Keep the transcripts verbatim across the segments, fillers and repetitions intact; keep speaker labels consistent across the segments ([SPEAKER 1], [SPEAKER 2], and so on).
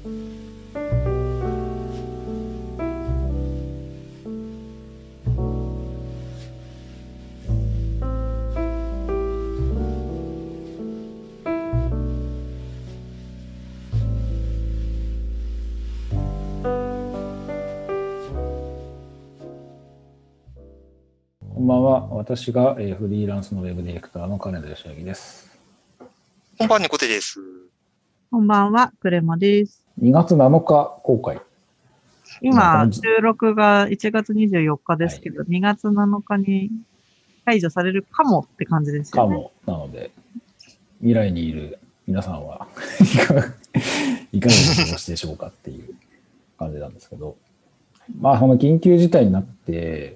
[SPEAKER 1] こんばんは。私が、えー、フリーランスのウェブディレクターの金田義明です。
[SPEAKER 2] こんばんは、猫手です。
[SPEAKER 3] こんばんは、クレマです。
[SPEAKER 1] にがつなのか公開。
[SPEAKER 3] 今、収録がいちがつにじゅうよっかですけど、はい、にがつなのかに解除されるかもって感じですよね。
[SPEAKER 1] かも。なので、未来にいる皆さんはいかがお過ごしでしょうかっていう感じなんですけど、まあ、その緊急事態になって、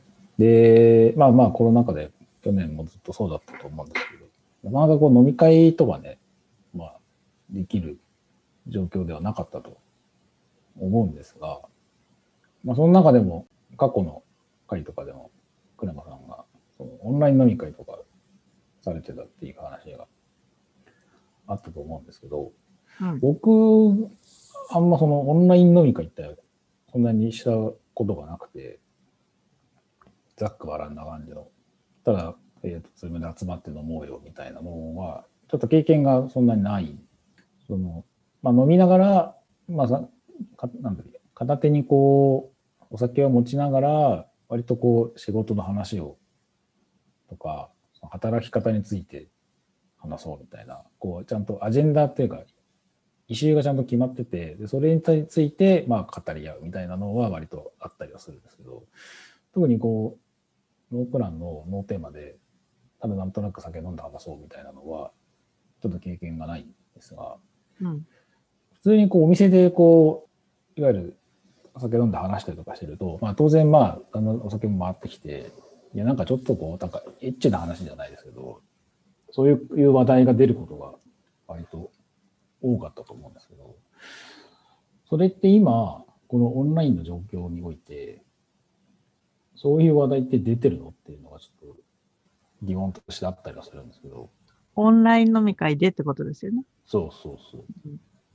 [SPEAKER 1] で、まあまあコロナ禍で去年もずっとそうだったと思うんですけど、なかなかこう飲み会とかね、まあ、できる状況ではなかったと思うんですが、まあその中でも過去の会とかでも、クレマさんがそのオンライン飲み会とかされてたっていう話があったと思うんですけど、うん、僕、あんまそのオンライン飲み会ってそんなにしたことがなくて、ざっくばらんな感じの。ただ、えっと、ズームで集まって飲もうよみたいなのは、ちょっと経験がそんなにない。その、まあ飲みながら、まあさ、かなんだっけ、片手にこう、お酒を持ちながら、割とこう、仕事の話を、とか、働き方について話そうみたいな、こう、ちゃんとアジェンダっていうか、イシューがちゃんと決まってて、でそれについて、まあ語り合うみたいなのは割とあったりはするんですけど、特にこう、ノープランのノーテーマで、ただなんとなく酒飲んで話そうみたいなのは、ちょっと経験がないんですが、
[SPEAKER 3] うん、
[SPEAKER 1] 普通にこうお店でこう、いわゆるお酒飲んで話したりとかしてると、まあ当然まあ、あのお酒も回ってきて、いやなんかちょっとこう、なんかエッチな話じゃないですけど、そういう話題が出ることが割と多かったと思うんですけど、それって今、このオンラインの状況において、そういう話題って出てるのっていうのがちょっと疑問としてあったりはするんですけど。
[SPEAKER 3] オンライン飲み会でってことですよね。
[SPEAKER 1] そうそうそう。うん、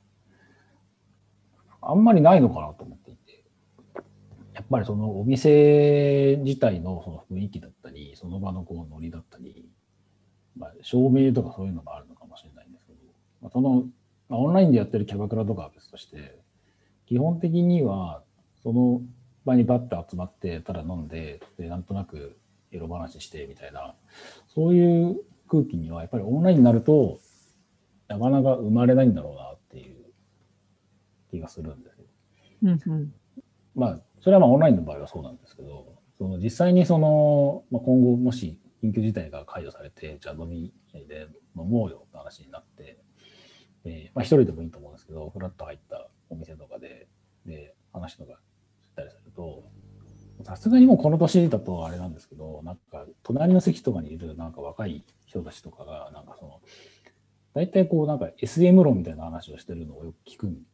[SPEAKER 1] あんまりないのかなと思っていて。やっぱりそのお店自体のその雰囲気だったり、その場のこうノリだったり、まあ、照明とかそういうのがあるのかもしれないんですけど、まあ、その、まあ、オンラインでやってるキャバクラとかは別として、基本的にはその場にバッと集まってただ飲んで、でなんとなくエロ話してみたいな、そういう空気にはやっぱりオンラインになるとなかなか生まれないんだろうなっていう気がするんですよ。
[SPEAKER 3] うんうん、
[SPEAKER 1] まあそれはまあオンラインの場合はそうなんですけど、その実際にその、まあ、今後もし緊急事態が解除されて、じゃあ飲みで飲もうよって話になって、えー、まあ一人でもいいと思うんですけど、フラッと入ったお店とかで、で、話とかしたりすると、さすがにもうこの年だとあれなんですけど、なんか隣の席とかにいるなんか若い人たちとかが、なんかその、大体こうなんか エスエム 論みたいな話をしてるのをよく聞くん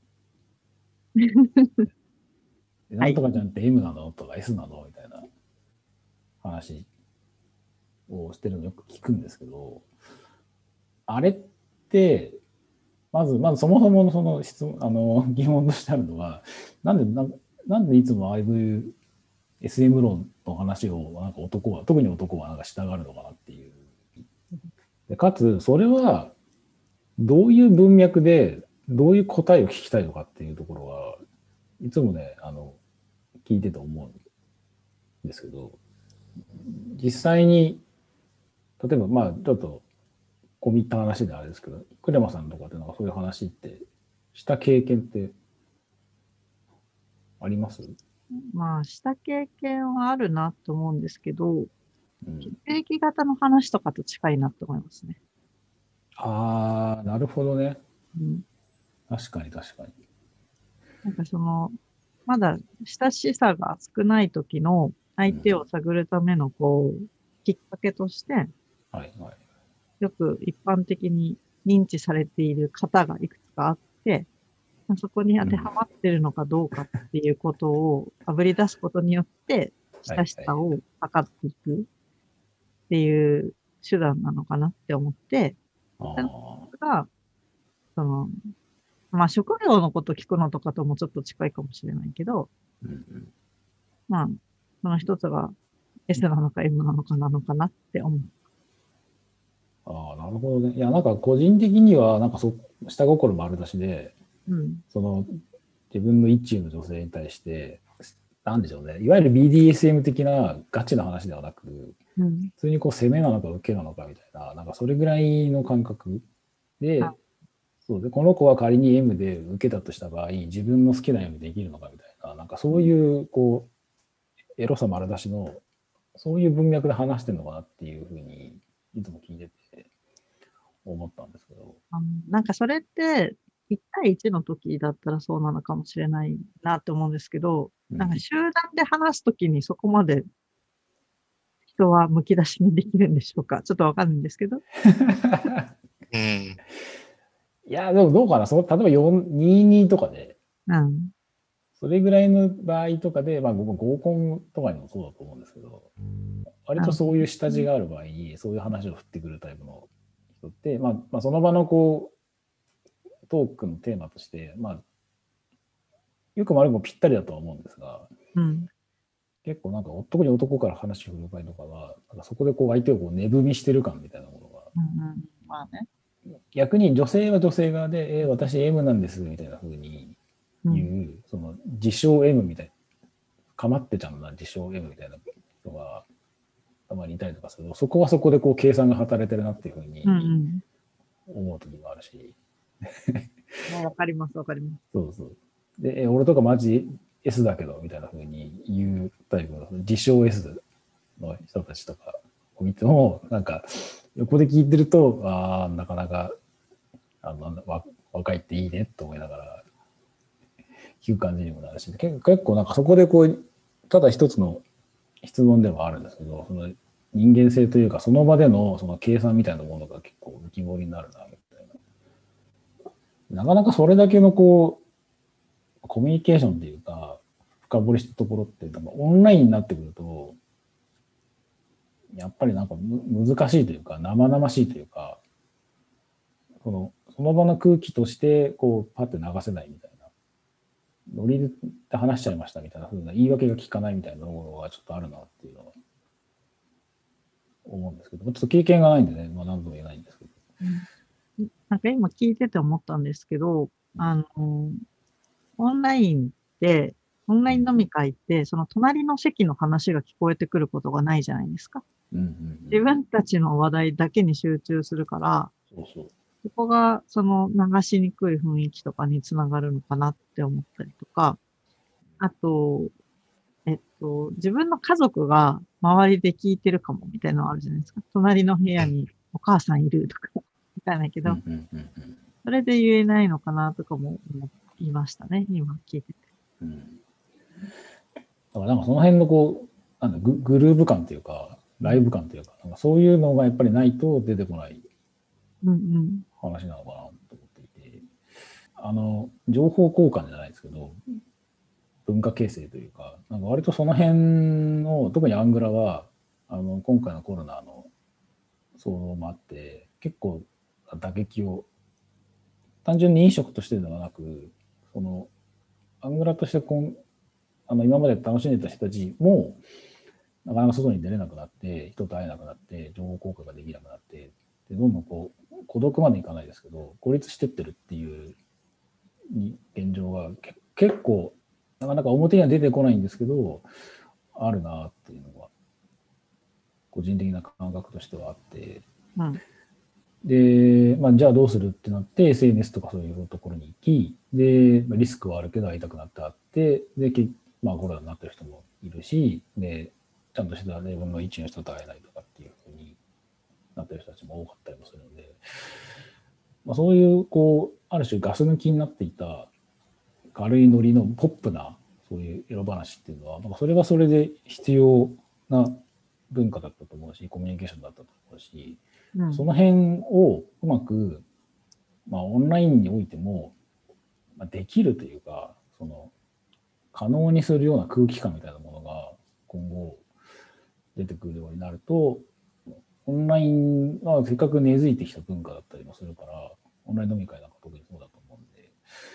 [SPEAKER 1] なんとかちゃんって M なのとか S なのみたいな話をしてるのよく聞くんですけど、あれって、まず、まずそもそものその質問、あの、疑問としてあるのは、なんで、ななんでいつもああいう エスエム 論の話を、なんか男は、特に男はなんか従うのかなっていう。でかつ、それは、どういう文脈で、どういう答えを聞きたいのかっていうところは、いつもね、あの、聞いてて思うんですけど、実際に、例えば、まあ、ちょっと、込み入った話であれですけど、クレマさんとかってなんかそういう話ってした経験ってあります？
[SPEAKER 3] まあ、した経験はあるなと思うんですけど、うん、血液型の話とかと近いなと思いますね。
[SPEAKER 1] ああ、なるほどね。
[SPEAKER 3] うん、
[SPEAKER 1] 確かに確かに。
[SPEAKER 3] なんかその、まだ親しさが少ない時の相手を探るためのこう、きっかけとして、
[SPEAKER 1] はいはい、
[SPEAKER 3] よく一般的に認知されている方がいくつかあって、そこに当てはまってるのかどうかっていうことをあぶり出すことによって、親しさを測っていくっていう手段なのかなって思って、それが、その、 まあ職業のこと聞くのとかともちょっと近いかもしれないけど、
[SPEAKER 1] うんうん、
[SPEAKER 3] まあ、その一つが S なのか M なのかなのかなって思う。
[SPEAKER 1] ああ、なるほどね。いや、なんか個人的には、なんかそ、下心丸出しで、
[SPEAKER 3] うん。
[SPEAKER 1] その、自分の一中の女性に対して、なんでしょうね。いわゆる ビーディーエスエム 的なガチな話ではなく、
[SPEAKER 3] うん。
[SPEAKER 1] 普通にこう攻めなのか受けなのかみたいな、なんかそれぐらいの感覚
[SPEAKER 3] あ、
[SPEAKER 1] で、そうで、この子は仮に M で受けたとした場合、自分の好きな M でできるのかみたいな、なんかそういう、こう、エロさ丸出しの、そういう文脈で話してるのかなっていうふうに、いつも聞いてて思ったんですけど。
[SPEAKER 3] あのなんかそれって、いち対いちの時だったらそうなのかもしれないなって思うんですけど、
[SPEAKER 1] うん。
[SPEAKER 3] なんか集団で話すときにそこまで人はむき出しにできるんでしょうか？ちょっとわかんないんですけど。
[SPEAKER 2] うん。
[SPEAKER 1] いや、でもどうかな。その、例えばよん、にじゅうにとかで、
[SPEAKER 3] うん。
[SPEAKER 1] それぐらいの場合とかで、まあ、僕合コンとかにもそうだと思うんですけど、割と
[SPEAKER 3] なるほど。
[SPEAKER 1] そういう下地がある場合に、そういう話を振ってくるタイプの人って、まあ、まあ、その場のこう、トークのテーマとして、まあ、よくも悪くもぴったりだとは思うんですが、
[SPEAKER 3] うん。
[SPEAKER 1] 結構なんか、特に男から話を振る場合とかは、なんかそこでこう相手をこう値踏みしてる感みたいなものが、
[SPEAKER 3] うんうん。まあね。
[SPEAKER 1] 逆に女性は女性側で、えー、私 M なんですみたいな風に
[SPEAKER 3] うん。
[SPEAKER 1] 言う、その自称 M みたいな、かまってちゃんな自称 M みたいな人がたまにいたりとかすると、そこはそこでこう計算が働いてるなっていう風
[SPEAKER 3] うんう
[SPEAKER 1] に
[SPEAKER 3] ん。
[SPEAKER 1] 思う時もあるし、
[SPEAKER 3] もうわかります、わかります。
[SPEAKER 1] そうそう。で、え俺とかマジ S だけどみたいな風に言うタイプの自称 S の人たちとかを見ても、なんか横で聞いてると、ああ、なかなかあの若いっていいねと思いながら聞く感じにもなるし、結構なんかそこでこう、ただ一つの質問ではあるんですけど、その人間性というか、その場でのその計算みたいなものが結構浮き彫りになるな、みたいな。なかなかそれだけのこう、コミュニケーションっていうか、深掘りしたところって、オンラインになってくると、やっぱりなんか難しいというか、生々しいというか、そのその場の空気として、こう、パッて流せないみたいな。ノリで話しちゃいましたみたいな風な言い訳が聞かないみたいなところがちょっとあるなっていうのは思うんですけど、ちょっと経験がないんでね、まあ何とも言えないんですけど。
[SPEAKER 3] うん。なんか今聞いてて思ったんですけど、あの、オンラインで、オンライン飲み会って、その隣の席の話が聞こえてくることがないじゃないですか。
[SPEAKER 1] うんうんうん。
[SPEAKER 3] 自分たちの話題だけに集中するから、
[SPEAKER 1] そうそう。
[SPEAKER 3] そこがその流しにくい雰囲気とかにつながるのかなって思ったりとか、あと、えっと、自分の家族が周りで聞いてるかもみたいなのあるじゃないですか。隣の部屋にお母さんいるとか、わかんないけど、
[SPEAKER 1] うんうんうんうん。
[SPEAKER 3] それで言えないのかなとかも思いましたね、今聞いてて。
[SPEAKER 1] うん。だからなんかその辺のこう、なんだグ、グルーヴ感というか、ライブ感というか、なんかそういうのがやっぱりないと出てこない
[SPEAKER 3] うんうん。
[SPEAKER 1] 話なのかなと思っていて、あの、情報交換じゃないですけど、文化形成というか、なんか割とその辺の、特にアングラは、あの、今回のコロナの騒動もあって、結構打撃を、単純に飲食としてではなく、その、アングラとしてこんあの今まで楽しんでた人たちも、なかなか外に出れなくなって、人と会えなくなって、情報交換ができなくなって、でどんどんこう、孤独までいかないですけど、孤立してってるっていう現状が結構、なかなか表には出てこないんですけど、あるなっていうのが、個人的な感覚としてはあって、
[SPEAKER 3] うん。
[SPEAKER 1] で、まあ、じゃあどうするってなって、エスエヌエス とかそういうところに行き、で、リスクはあるけど会いたくなって会って、で、まあ、コロナになってる人もいるし、で、ちゃんとした自分の位置の人と会えないとかっていうふうになってる人たちも多かったりもするので、まあ、そういう、こう、ある種ガス抜きになっていた軽いノリのポップな、そういうエロ話っていうのは、まあ、それはそれで必要な文化だったと思うし、コミュニケーションだったと思うし、
[SPEAKER 3] うん。
[SPEAKER 1] その辺をうまく、まあ、オンラインにおいても、まあ、できるというか、その、可能にするような空気感みたいなものが今後出てくるようになると、オンラインはせっかく根付いてきた文化だったりもするから、オンライン飲み会なんか特にそうだと思うんで、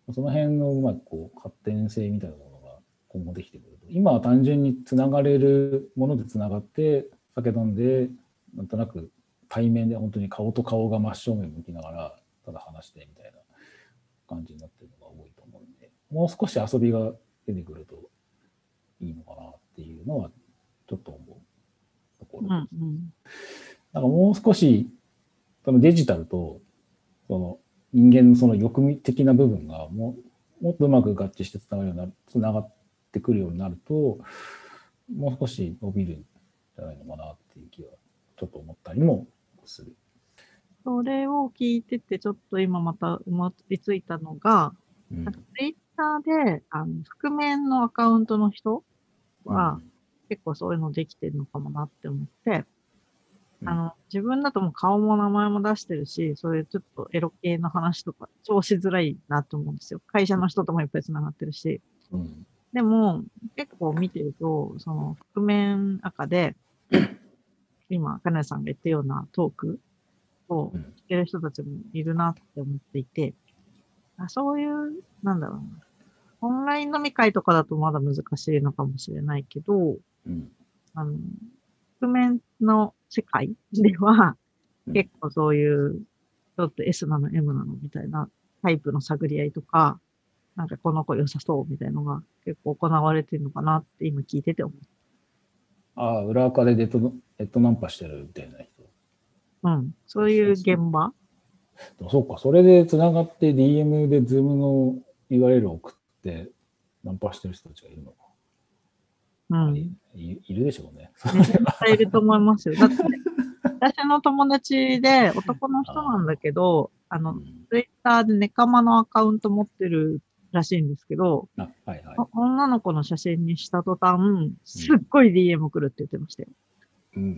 [SPEAKER 1] その辺のうまくこう発展性みたいなものが今後できてくると、今は単純につながれるものでつながって酒飲んでなんとなく対面で本当に顔と顔が真正面向きながらただ話してみたいな感じになってるのが多いと思うんで、もう少し遊びが出てくるといいのかなっていうのはちょっと思うところです。
[SPEAKER 3] うんうん、
[SPEAKER 1] なんかもう少しそのデジタルとその人間のその欲的な部分がももっとうまく合致してつながるようになる、つながってくるようになると、もう少し伸びるんじゃないのかなっていう気はちょっと思ったりもする。
[SPEAKER 3] それを聞いてて、ちょっと今また思いついたのが、
[SPEAKER 1] うん、
[SPEAKER 3] なんかツイッターで、あの、覆面のアカウントの人は、
[SPEAKER 1] うん、
[SPEAKER 3] 結構そういうのできてるのかもなって思って、
[SPEAKER 1] うん、
[SPEAKER 3] あの、自分だともう顔も名前も出してるし、そういうちょっとエロ系の話とか、超しづらいなと思うんですよ。会社の人ともやっぱり繋がってるし。
[SPEAKER 1] うん、
[SPEAKER 3] でも、結構見てると、その、覆面赤で、今、金谷さんが言ったようなトークを
[SPEAKER 1] うん、
[SPEAKER 3] してる人たちもいるなって思っていて、あ、そういう、なんだろうな。オンライン飲み会とかだとまだ難しいのかもしれないけど、
[SPEAKER 1] うん、
[SPEAKER 3] あの、覆面の世界では、
[SPEAKER 1] うん。
[SPEAKER 3] 結構そういう、ちょっと S なの M なのみたいなタイプの探り合いとか、なんかこの子良さそうみたいなのが結構行われてるのかなって今聞いてて思う。
[SPEAKER 1] ああ、裏垢でネットネットナンパしてるみたいな人。
[SPEAKER 3] うん。そういう現場。
[SPEAKER 1] でもそうか、それでつながって ディーエム で Zoom の ユーアールエル を送ってナンパしてる人たちがいるのか。まあ、い
[SPEAKER 3] うん。
[SPEAKER 1] いいるでしょうね。
[SPEAKER 3] めちゃくちゃいると思いますよ。だって、私の友達で男の人なんだ
[SPEAKER 1] ああ、
[SPEAKER 3] けど、あの、
[SPEAKER 1] うん。
[SPEAKER 3] ツイッターでネカマのアカウント持ってるらしいんですけど、
[SPEAKER 1] あ、はいはい。
[SPEAKER 3] お女の子の写真にした途端、
[SPEAKER 1] うん。
[SPEAKER 3] すっごい ディーエム 来るって言ってましたよ。
[SPEAKER 1] うんうんうん。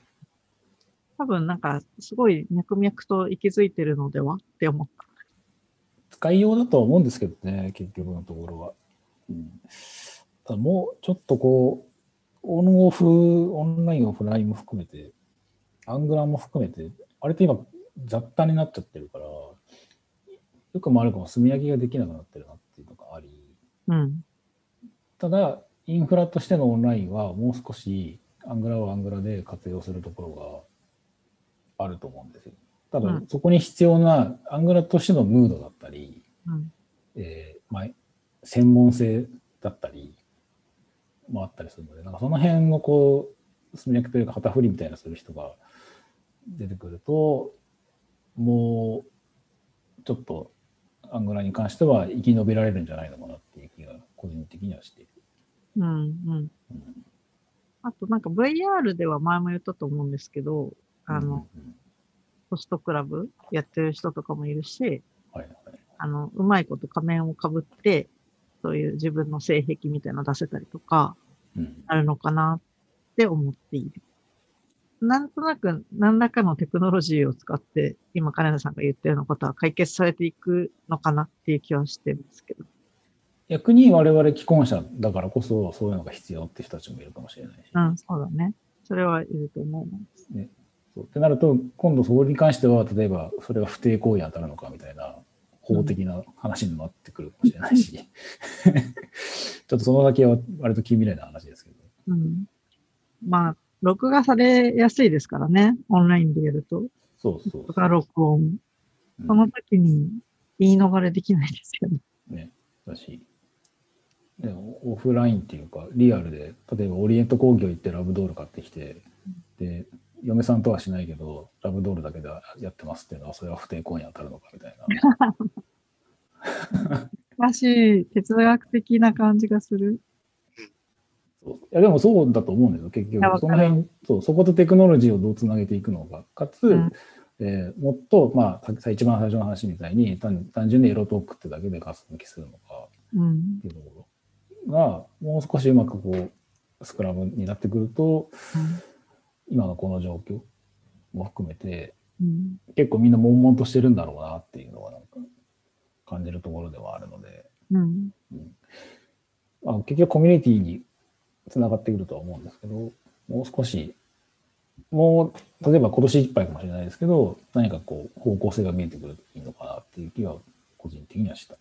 [SPEAKER 3] 多分なんか、すごい脈々と息づいてるのではって思った。
[SPEAKER 1] 使いようだとは思うんですけどね、結局のところは。うん、ただもうちょっとこう、オンオフ、オンライン、オフラインも含めて、アングラも含めて、あれって今雑多になっちゃってるから、よくも悪くも炭焼きができなくなってるなっていうのがあり、
[SPEAKER 3] うん。
[SPEAKER 1] ただ、インフラとしてのオンラインはもう少しアングラはアングラで活用するところがあると思うんですよ。ただ、
[SPEAKER 3] うん。
[SPEAKER 1] そこに必要なアングラとしてのムードだったり、
[SPEAKER 3] うん。
[SPEAKER 1] えーまあ、専門性だったりもあったりするので、なんかその辺のこう、炭焼きというか旗振りみたいなする人が出てくると、もうちょっとアングラに関しては生き延びられるんじゃないのかなっていう気が個人的にはしている。
[SPEAKER 3] うん。うん。
[SPEAKER 1] うん、
[SPEAKER 3] あとなんか ブイアール では前も言ったと思うんですけど、
[SPEAKER 1] うん、う
[SPEAKER 3] あの、
[SPEAKER 1] ん。
[SPEAKER 3] ホストクラブやってる人とかもいるし、
[SPEAKER 1] はいはい。
[SPEAKER 3] あの、うまいこと仮面をかぶって、そういう自分の性癖みたいなの出せたりとか、
[SPEAKER 1] うん。
[SPEAKER 3] あるのかなって思っている。なんとなく何らかのテクノロジーを使って、今、金田さんが言ったようなことは解決されていくのかなっていう気はしてるんですけど。
[SPEAKER 1] 逆に我々既婚者だからこそそういうのが必要って人たちもいるかもしれないし。
[SPEAKER 3] うん、そうだね。それはいると思います。
[SPEAKER 1] ね。そうってなると、今度それに関しては、例えばそれが不貞行為に当たるのかみたいな法的な話にもなってくるかもしれないし、ちょっとその先は割と近未来な話ですけど。
[SPEAKER 3] うん。うん。まあ、録画されやすいですからね。オンラインでやると。
[SPEAKER 1] そうそう
[SPEAKER 3] 録画
[SPEAKER 1] そう。
[SPEAKER 3] 録音。その
[SPEAKER 1] うん。
[SPEAKER 3] 時に言い逃れできないですよね。
[SPEAKER 1] ね。だし、でオフラインっていうか、リアルで、例えばオリエント工業行ってラブドール買ってきて、で、嫁さんとはしないけど、ラブドールだけでやってますっていうのは、それは不貞行為に当たるのかみたいな。
[SPEAKER 3] 難しい、哲学的な感じがする。
[SPEAKER 1] そういやでもそうだと思うんですよ、結
[SPEAKER 3] いや、
[SPEAKER 1] 局。
[SPEAKER 3] わかるわ。
[SPEAKER 1] その辺、そう、そことテクノロジーをどうつなげていくのか、かつ、
[SPEAKER 3] うん。
[SPEAKER 1] えーもっと、まあ、さ一番最初の話みたいに、単単純にエロトークってだけでガス抜きするのか
[SPEAKER 3] うん。
[SPEAKER 1] っていうところが、もう少しうまくこう、スクラムになってくると、
[SPEAKER 3] うん。
[SPEAKER 1] 今のこの状況も含めて、
[SPEAKER 3] うん。
[SPEAKER 1] 結構みんな悶々としてるんだろうなっていうのはなんか感じるところではあるので、
[SPEAKER 3] うん。
[SPEAKER 1] うんまあ、結局コミュニティにつながってくるとは思うんですけど、もう少し、もう、例えば今年いっぱいかもしれないですけど、何かこう、方向性が見えてくるといいのかなっていう気は、個人的にはした。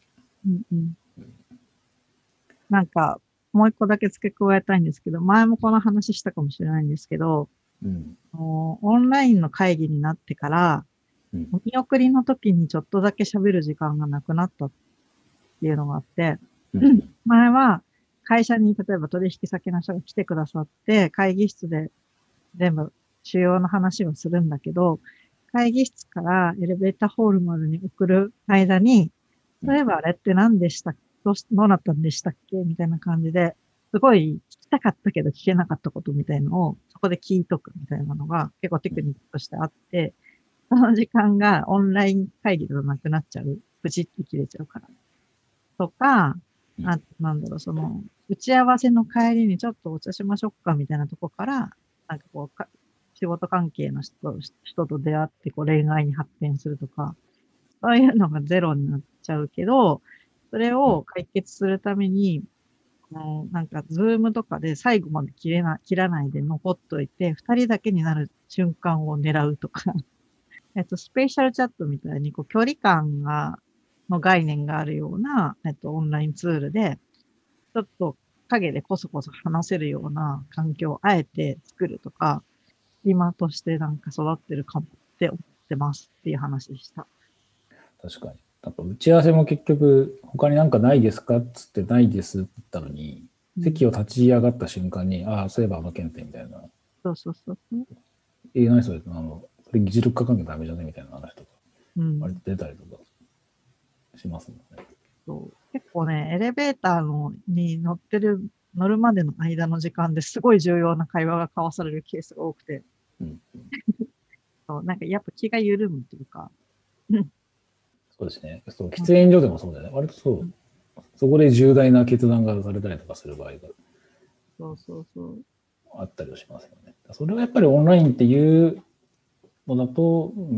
[SPEAKER 3] うんうん。なんか、もう一個だけ付け加えたいんですけど、前もこの話したかもしれないんですけど、
[SPEAKER 1] うん。
[SPEAKER 3] もうオンラインの会議になってから、
[SPEAKER 1] うん。
[SPEAKER 3] お見送りの時にちょっとだけ喋る時間がなくなったっていうのがあって、
[SPEAKER 1] うん。
[SPEAKER 3] 前は会社に例えば取引先の人が来てくださって、会議室で全部主要な話をするんだけど、会議室からエレベーターホールまでに送る間に、
[SPEAKER 1] うん
[SPEAKER 3] そういえばあれって何でしたどうし、どうなったんでしたっけみたいな感じで、すごい聞きたかったけど聞けなかったことみたいのを、そこで聞いとくみたいなのが結構テクニックとしてあって、その時間がオンライン会議ではなくなっちゃう。プチって切れちゃうから。とか、
[SPEAKER 1] うん
[SPEAKER 3] あ、なんだろう、その、打ち合わせの帰りにちょっとお茶しましょうかみたいなとこから、なんかこうか、仕事関係の人と人と出会ってこう恋愛に発展するとか、そういうのがゼロになっちゃうけど、それを解決するために、もうなんか、ズームとかで最後まで切れな、切らないで残っといて、二人だけになる瞬間を狙うとか、えっと、スペーシャルチャットみたいに、こう、距離感が、の概念があるような、えっと、オンラインツールで、ちょっと影でこそこそ話せるような環境をあえて作るとか、今としてなんか育ってるかもって思ってますっていう話でした。
[SPEAKER 1] 確かに。なんか打ち合わせも結局、他になんかないですかっつってないですって言ったのに、
[SPEAKER 3] うん、
[SPEAKER 1] 席を立ち上がった瞬間に、ああ、そういえばあの件ってみたいな。
[SPEAKER 3] そうそうそうそう。
[SPEAKER 1] えー、何それあの、これ議事録書かなきゃダメじゃねみたいな話とか、
[SPEAKER 3] うん、
[SPEAKER 1] 割と出たりとかしますもんね。
[SPEAKER 3] そう結構ね、エレベーターのに乗ってる、乗るまでの間の時間ですごい重要な会話が交わされるケースが多くて、
[SPEAKER 1] うん。
[SPEAKER 3] そうなんかやっぱ気が緩むというか、うん
[SPEAKER 1] そうですね。そう、喫煙所でもそうだよね。割とそうう、
[SPEAKER 3] ん
[SPEAKER 1] そこで重大な決断がされたりとかする場合が
[SPEAKER 3] そうそうそう。
[SPEAKER 1] あったりはしますよね。それはやっぱりオンラインっていうのだと、うん、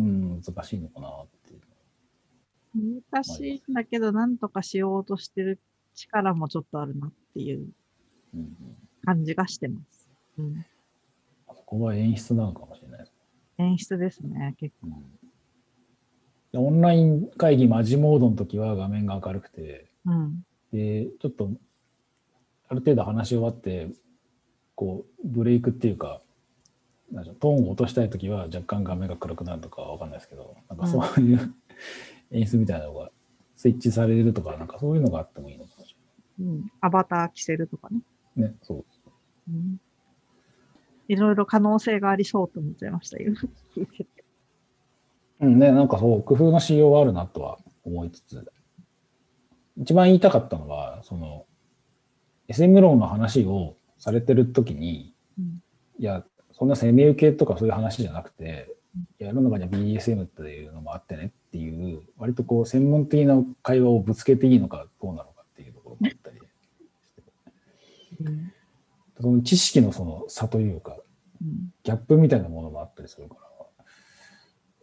[SPEAKER 1] 難しいのかなっていう。
[SPEAKER 3] 難しいんだけど、なんとかしようとしてる力もちょっとあるなっていう
[SPEAKER 1] うんうん、
[SPEAKER 3] 感じがしてます。うん、
[SPEAKER 1] そこは演出なのかもしれないです。
[SPEAKER 3] 演出ですね、結構。
[SPEAKER 1] うん、オンライン会議マジモードの時は画面が明るくて、
[SPEAKER 3] うん、
[SPEAKER 1] で、ちょっとある程度話し終わって、こう、ブレイクっていうか、なんでしょう、トーンを落としたい時は若干画面が暗くなるとかはわかんないですけど、なんかそういう演出みたいなのがスイッチされるとか、なんかそういうのがあってもいいのかもし
[SPEAKER 3] うん。アバター着せるとかね。
[SPEAKER 1] れない。ね、そう。
[SPEAKER 3] うん、いろいろ可能性がありそうと思っちゃいましたよ。聞いてて。
[SPEAKER 1] うんね、なんかそう、工夫のしようはあるなとは思いつつ、一番言いたかったのは、その、エスエム 論の話をされてる時に、
[SPEAKER 3] うん、
[SPEAKER 1] いや、そんな攻め受けとかそういう話じゃなくて、いや世の中には ビーディーエスエム っていうのもあってねっていう、割とこう専門的な会話をぶつけていいのかどうなのかっていうところもあったりして、
[SPEAKER 3] うん、
[SPEAKER 1] その知識のその差というか、
[SPEAKER 3] うん、
[SPEAKER 1] ギャップみたいなものもあったりするから、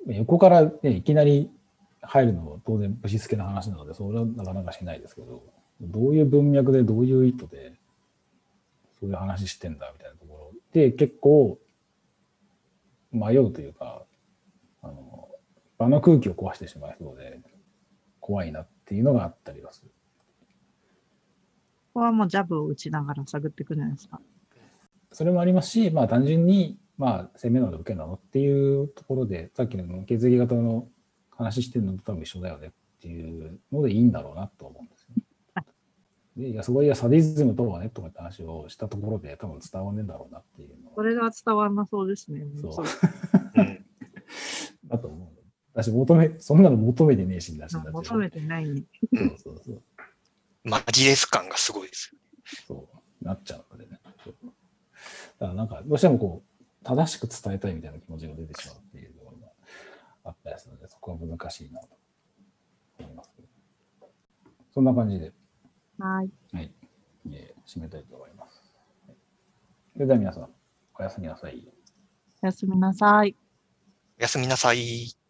[SPEAKER 1] 横から、ね、いきなり入るのは当然ぶしつけな話なので、それはなかなかしないですけど、どういう文脈でどういう意図でそういう話してんだみたいなところで結構迷うというか、あの場の空気を壊してしまいそうで怖いなっていうのがあったりはする。
[SPEAKER 3] ここはもうジャブを打ちながら探っていくじゃないですか。
[SPEAKER 1] それもありますし、まあ単純に、まあ攻めなの受けなのっていうところで、さっきの血液型の話してるのと多分一緒だよねっていうのでいいんだろうなと思うんですよね。で、いや、そこいやサディズムとはねとかって話をしたところで多分伝わんねえんだろうなっていうの
[SPEAKER 3] それが伝わんなそうですね。
[SPEAKER 1] そう
[SPEAKER 3] そう
[SPEAKER 2] うん。
[SPEAKER 1] だと思う。私求め、そんなの求めてねえしんだしなっちゃう。
[SPEAKER 3] 求めてないに。
[SPEAKER 1] そうそうそう。
[SPEAKER 2] マジレス感がすごいですよ。
[SPEAKER 1] そうなっちゃうのでね。そうだからなんかどうしてもこう正しく伝えたいみたいな気持ちが出てしまうっていうところがあったりするので、そこは難しいなと思います。そんな感じで、
[SPEAKER 3] はい。
[SPEAKER 1] はい、えー締めたいと思います。それでは皆さん、おやすみなさい。
[SPEAKER 3] おやすみなさい。
[SPEAKER 2] おやすみなさい。